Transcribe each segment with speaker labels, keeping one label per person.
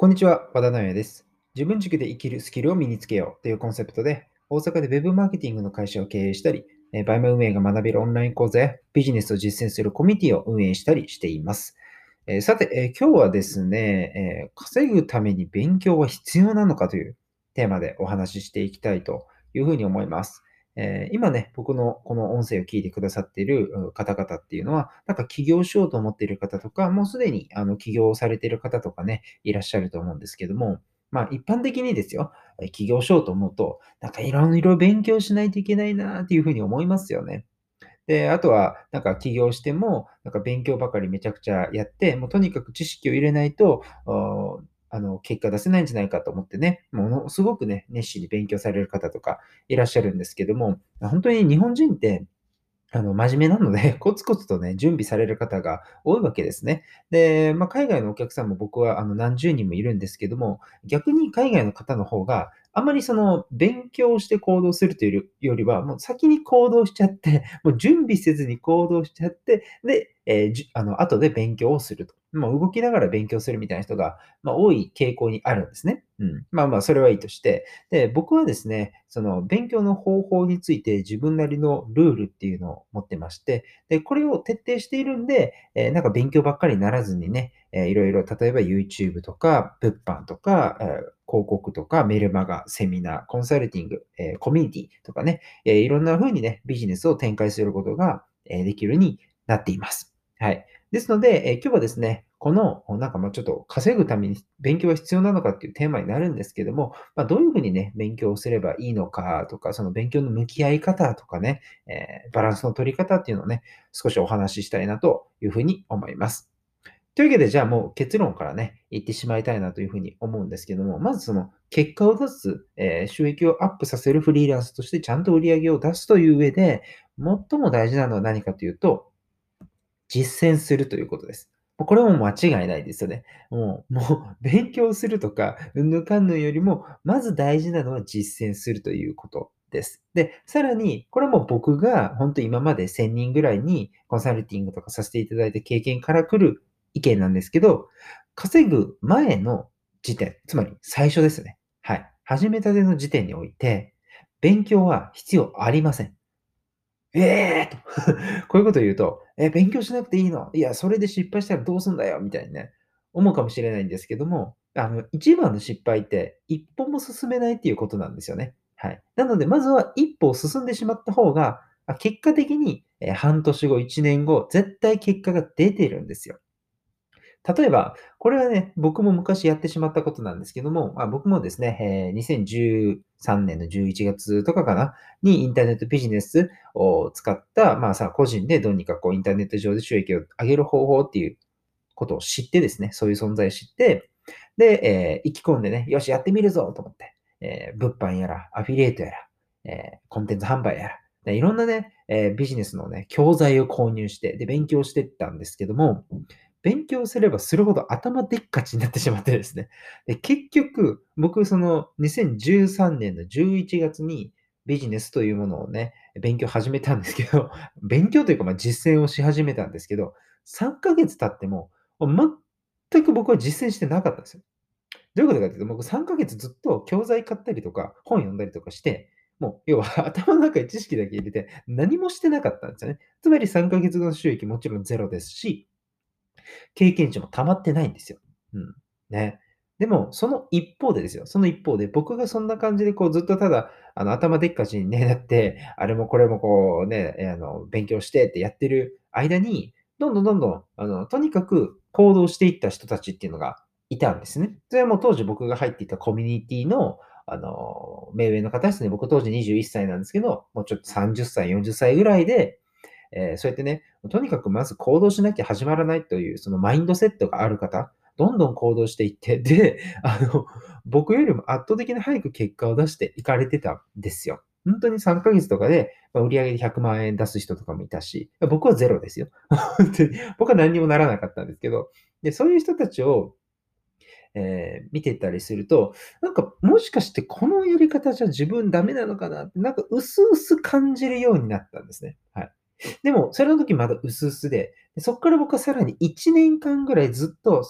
Speaker 1: こんにちは、和田直也です。自分軸で生きるスキルを身につけようというコンセプトで、大阪でウェブマーケティングの会社を経営したり、バイマ運営が学べるオンライン講座やビジネスを実践するコミュニティを運営したりしています。さて、今日はですね、稼ぐために勉強は必要なのかというテーマでお話ししていきたいというふうに思います。今ね、僕のこの音声を聞いてくださっている方々っていうのは、なんか起業しようと思っている方とか、もうすでに起業されている方とかね、いらっしゃると思うんですけども、まあ一般的にですよ、起業しようと思うと、なんかいろいろ勉強しないといけないなっていうふうに思いますよね。で、あとは、なんか起業しても、なんか勉強ばかりめちゃくちゃやって、もうとにかく知識を入れないと、結果出せないんじゃないかと思ってね、ものすごくね、熱心に勉強される方とかいらっしゃるんですけども、本当に日本人って、真面目なので、コツコツとね、準備される方が多いわけですね。で、海外のお客さんも僕は何十人もいるんですけども、逆に海外の方の方が、あまりその勉強して行動するというよりは、もう先に行動しちゃって、もう準備せずに行動しちゃって、で、後で勉強をすると。もう動きながら勉強するみたいな人が、多い傾向にあるんですね。うん。それはいいとして、で、僕はですね、その勉強の方法について自分なりのルールっていうのを持ってまして、で、これを徹底しているんで、なんか勉強ばっかりにならずにね、いろいろ例えば YouTube とか、物販とか、広告とか、メルマガ、セミナー、コンサルティング、コミュニティとかね、いろんな風にね、ビジネスを展開することが、できるようになっています。はい。ですので、今日はですね、この、なんかちょっと稼ぐために勉強は必要なのかっていうテーマになるんですけども、どういうふうにね、勉強をすればいいのかとか、その勉強の向き合い方とかね、バランスの取り方っていうのをね、少しお話ししたいなというふうに思います。というわけで、じゃあもう結論からね、言ってしまいたいなというふうに思うんですけども、まずその結果を出す、収益をアップさせるフリーランスとしてちゃんと売り上げを出すという上で、最も大事なのは何かというと、実践するということです。これも間違いないですよね。もう勉強するとか、うんぬんかんぬんよりも、まず大事なのは実践するということです。で、さらに、これも僕が本当今まで1000人ぐらいにコンサルティングとかさせていただいた経験から来る意見なんですけど、稼ぐ前の時点、つまり最初ですね。はい。始めたての時点において、勉強は必要ありません。ええと。こういうことを言うと、勉強しなくていいの？いや、それで失敗したらどうすんだよみたいにね、思うかもしれないんですけども、一番の失敗って、一歩も進めないっていうことなんですよね。はい。なので、まずは一歩を進んでしまった方が、結果的に、半年後、1年後、絶対結果が出てるんですよ。例えば、これはね、僕も昔やってしまったことなんですけども、僕もですね、2013年の11月とかかな、にインターネットビジネスを使った、個人でどうにかこうインターネット上で収益を上げる方法っていうことを知ってですね、そういう存在を知って、で、意気込んでね、よし、やってみるぞと思って、物販やら、アフィリエイトやら、コンテンツ販売やら、いろんなね、ビジネスのね、教材を購入して、で、勉強してったんですけども、勉強すればするほど頭でっかちになってしまってですね。で、結局、僕その2013年の11月にビジネスというものをね、勉強始めたんですけど、勉強というか、実践をし始めたんですけど、3ヶ月経っても、全く僕は実践してなかったんですよ。どういうことかというと、僕3ヶ月ずっと教材買ったりとか、本読んだりとかして、もう要は頭の中に知識だけ入れて、何もしてなかったんですよね。つまり3ヶ月後の収益もちろんゼロですし、経験値も溜まってないんですよ。うん。ね。でも、その一方でですよ、その一方で、僕がそんな感じでこうずっとただ、頭でっかちにね、なって、あれもこれもこうね、勉強してってやってる間に、どんどん、とにかく行動していった人たちっていうのがいたんですね。それはもう当時僕が入っていたコミュニティの、目上の方ですね。僕当時21歳なんですけど、もうちょっと30歳、40歳ぐらいで、そうやってね、とにかくまず行動しなきゃ始まらないという、そのマインドセットがある方、どんどん行動していって、で、僕よりも圧倒的に早く結果を出していかれてたんですよ。本当に3ヶ月とかで、売り上げで100万円出す人とかもいたし、僕はゼロですよ。本当に。僕は何にもならなかったんですけど、で、そういう人たちを見てたりすると、なんかもしかしてこのやり方じゃ自分ダメなのかなって、なんか薄々感じるようになったんですね。はい。でも、それの時まだ薄々で、そっから僕はさらに1年間ぐらいずっと、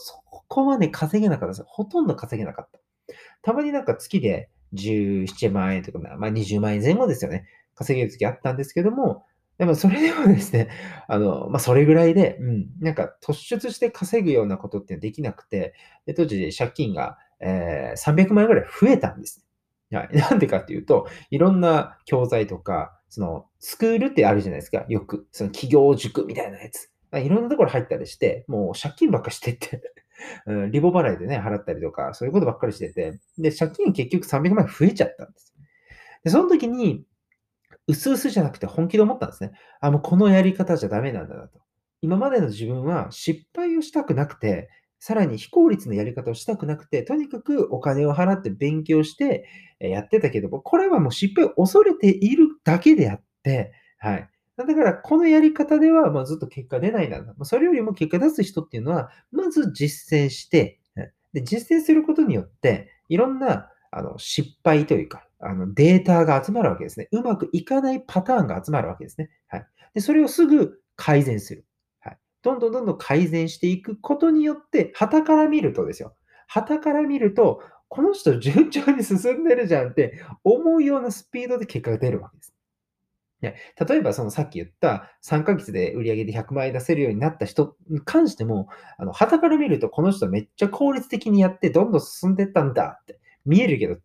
Speaker 1: こはね、稼げなかったです。ほとんど稼げなかった。たまになんか月で17万円とか、20万円前後ですよね。稼げる月あったんですけども、でもそれでもですね、それぐらいで、なんか突出して稼ぐようなことってできなくて、で、当時借金が、300万円ぐらい増えたんです。はい。なんでかっていうと、いろんな教材とか、スクールってあるじゃないですか。よく、企業塾みたいなやつ。いろんなところ入ったりして、もう借金ばっかしてってリボ払いでね、払ったりとか、そういうことばっかりしてて、で、借金結局300万円増えちゃったんです。で、その時に、薄々じゃなくて本気で思ったんですね。もうこのやり方じゃダメなんだなと。今までの自分は失敗をしたくなくて、さらに非効率なやり方をしたくなくて、とにかくお金を払って勉強して、やってたけども、これはもう失敗を恐れているだけであって、はい。だからこのやり方では、ずっと結果出ないんだな。それよりも結果出す人っていうのは、まず実践して、で、実践することによって、いろんな失敗というか、データが集まるわけですね。うまくいかないパターンが集まるわけですね。はい。で、それをすぐ改善する。はい。どんどんどんどん改善していくことによって、傍から見るとですよ。傍から見ると、この人順調に進んでるじゃんって思うようなスピードで結果が出るわけです。ね、例えばそのさっき言った3ヶ月で売上で100万円出せるようになった人に関しても、傍から見るとこの人めっちゃ効率的にやってどんどん進んでったんだって見えるけど、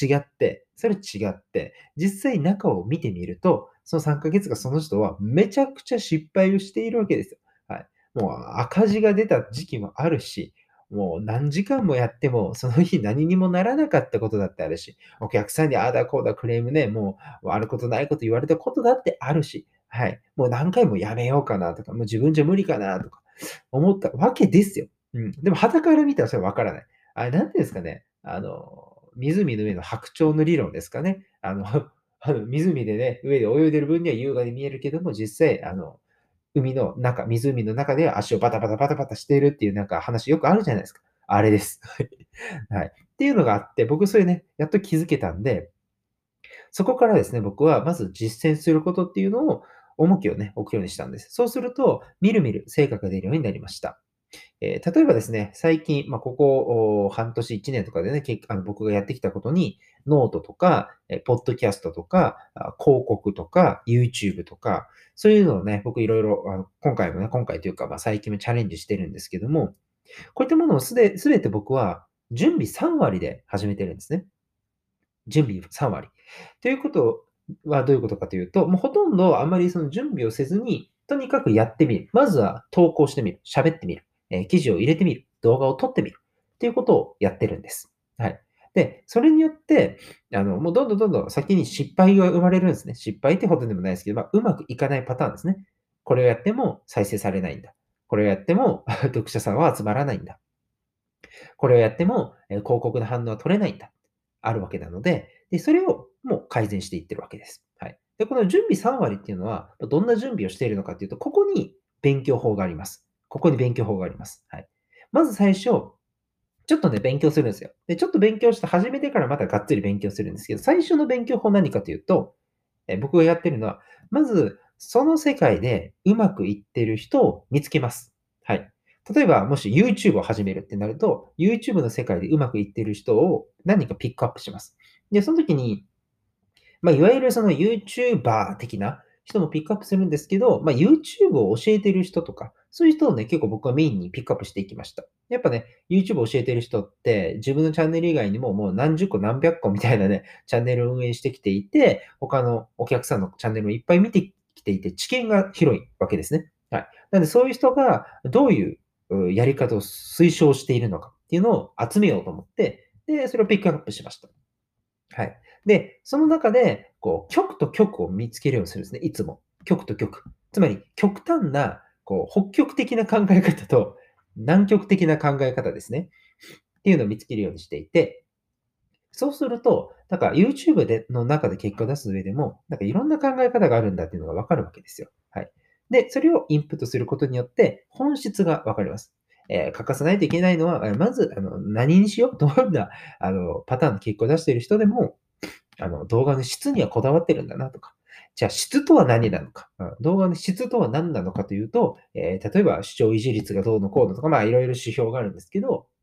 Speaker 1: それ違って、実際中を見てみると、その3ヶ月がその人はめちゃくちゃ失敗をしているわけですよ。はい。もう赤字が出た時期もあるし、もう何時間もやっても、その日何にもならなかったことだってあるし、お客さんにああだこうだクレームね、もうあることないこと言われたことだってあるし、はい。もう何回もやめようかなとか、もう自分じゃ無理かなとか思ったわけですよ。でも傍から見たらそれはわからない。なんていうんですかね。湖の上の白鳥の理論ですかね。湖でね、上で泳いでる分には優雅に見えるけども、実際、湖の中で足をバタバタバタバタしているっていうなんか話よくあるじゃないですか。あれです。はい。っていうのがあって、僕それね、やっと気づけたんで、そこからですね、僕はまず実践することっていうのを重きをね、置くようにしたんです。そうすると、みるみる成果が出るようになりました。例えばですね、最近、ここ半年、1年とかでね、僕がやってきたことに、ノートとか、ポッドキャストとか、広告とか、YouTube とか、そういうのをね、僕いろいろ、今回というか、最近もチャレンジしてるんですけども、こういったものをすべて僕は準備3割で始めてるんですね。準備3割。ということはどういうことかというと、もうほとんどあまりその準備をせずに、とにかくやってみる。まずは投稿してみる。喋ってみる。記事を入れてみる。動画を撮ってみる。っていうことをやってるんです。はい。で、それによって、もうどんどんどんどん先に失敗が生まれるんですね。失敗ってほどでもないですけど、うまくいかないパターンですね。これをやっても再生されないんだ。これをやっても読者さんは集まらないんだ。これをやっても、広告の反応は取れないんだ。あるわけなので、で、それをもう改善していってるわけです。はい。で、この準備3割っていうのは、どんな準備をしているのかっていうと、ここに勉強法があります。ここに勉強法があります。はい。まず最初、ちょっとね、勉強するんですよ。で、ちょっと勉強して始めてからまたがっつり勉強するんですけど、最初の勉強法は何かというと、僕がやってるのは、まず、その世界でうまくいってる人を見つけます。はい。例えば、もし YouTube を始めるってなると、YouTube の世界でうまくいってる人を何人かピックアップします。で、その時に、いわゆるその YouTuber 的な人もピックアップするんですけど、YouTube を教えてる人とか、そういう人をね、結構僕はメインにピックアップしていきました。やっぱね、YouTube を教えてる人って、自分のチャンネル以外にももう何十個何百個みたいなね、チャンネルを運営してきていて、他のお客さんのチャンネルをいっぱい見てきていて、知見が広いわけですね。はい。なので、そういう人がどういうやり方を推奨しているのかっていうのを集めようと思って、で、それをピックアップしました。はい。で、その中で、極と極を見つけるようにするんですね、いつも。極と極。つまり、極端な、北極的な考え方と、南極的な考え方ですね。っていうのを見つけるようにしていて、そうすると、YouTube の中で結果を出す上でも、いろんな考え方があるんだっていうのがわかるわけですよ。はい。で、それをインプットすることによって、本質がわかります。欠かさないといけないのは、まず、何にしよう、どんな、パターンの結果を出している人でも、動画の質にはこだわってるんだなとか。じゃあ質とは何なのか。動画の質とは何なのかというと、例えば視聴維持率がどうのこうのとか、いろいろ指標があるんですけど、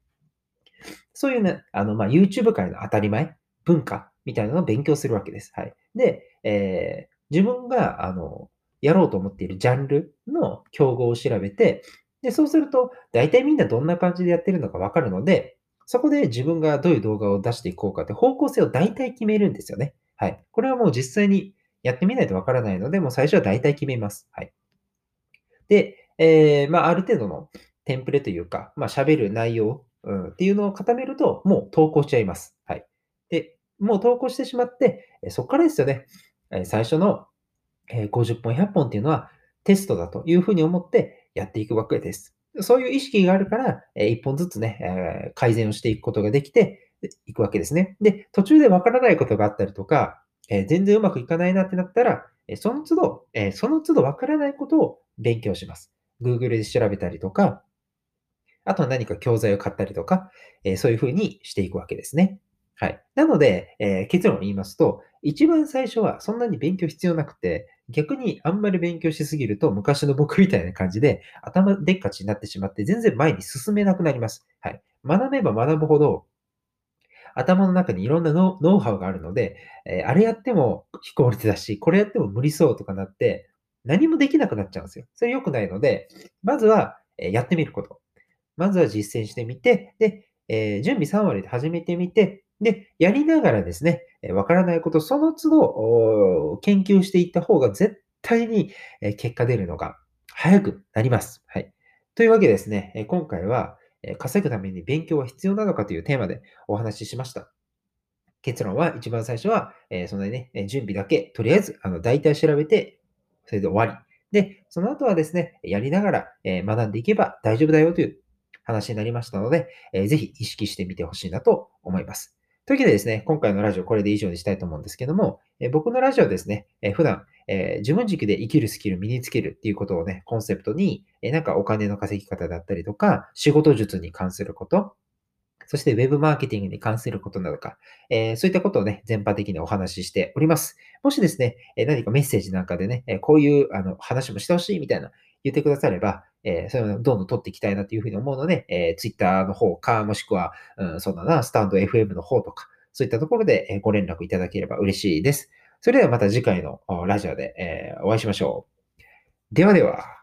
Speaker 1: そういうね、YouTube 界の当たり前、文化みたいなのを勉強するわけです。はい。で、自分が、やろうと思っているジャンルの競合を調べて、で、そうすると、大体みんなどんな感じでやってるのかわかるので、そこで自分がどういう動画を出していこうかって方向性を大体決めるんですよね。はい。これはもう実際にやってみないとわからないので、もう最初は大体決めます。はい。で、ある程度のテンプレというか、喋る内容、っていうのを固めると、もう投稿しちゃいます。はい。で、もう投稿してしまって、そこからですよね。最初の、50本、100本っていうのはテストだというふうに思ってやっていくわけです。そういう意識があるから、1本ずつね、改善をしていくことができていくわけですね。で、途中でわからないことがあったりとか、全然うまくいかないなってなったら、その都度わからないことを勉強します。Google で調べたりとか、あとは何か教材を買ったりとか、そういう風にしていくわけですね。はい。なので、結論を言いますと、一番最初はそんなに勉強必要なくて、逆にあんまり勉強しすぎると、昔の僕みたいな感じで、頭でっかちになってしまって、全然前に進めなくなります。はい。学べば学ぶほど、頭の中にいろんなノウハウがあるので、あれやっても非効率だし、これやっても無理そうとかなって、何もできなくなっちゃうんですよ。それ良くないので、まずは、やってみること。まずは実践してみて、で、準備3割で始めてみて、で、やりながらですね、わからないこと、その都度、研究していった方が絶対に、結果出るのが早くなります。はい。というわけでですね、今回は、稼ぐために勉強は必要なのかというテーマでお話ししました。結論は一番最初は、そんなにね、準備だけ、とりあえず、大体調べて、それで終わり。で、その後はですね、やりながら、学んでいけば大丈夫だよという話になりましたので、ぜひ意識してみてほしいなと思います。というわけでですね、今回のラジオこれで以上にしたいと思うんですけども、僕のラジオですね、普段、自分軸で生きるスキルを身につけるっていうことをね、コンセプトに、なんかお金の稼ぎ方だったりとか、仕事術に関すること、そして Web マーケティングに関することなのか、そういったことをね、全般的にお話ししております。もしですね、何かメッセージなんかでね、こういう話もしてほしいみたいな言ってくだされば、そういうのをどんどん取っていきたいなというふうに思うので、Twitter の方か、もしくは、そうだな、スタンド FM の方とか、そういったところでご連絡いただければ嬉しいです。それではまた次回のラジオでお会いしましょう。ではでは。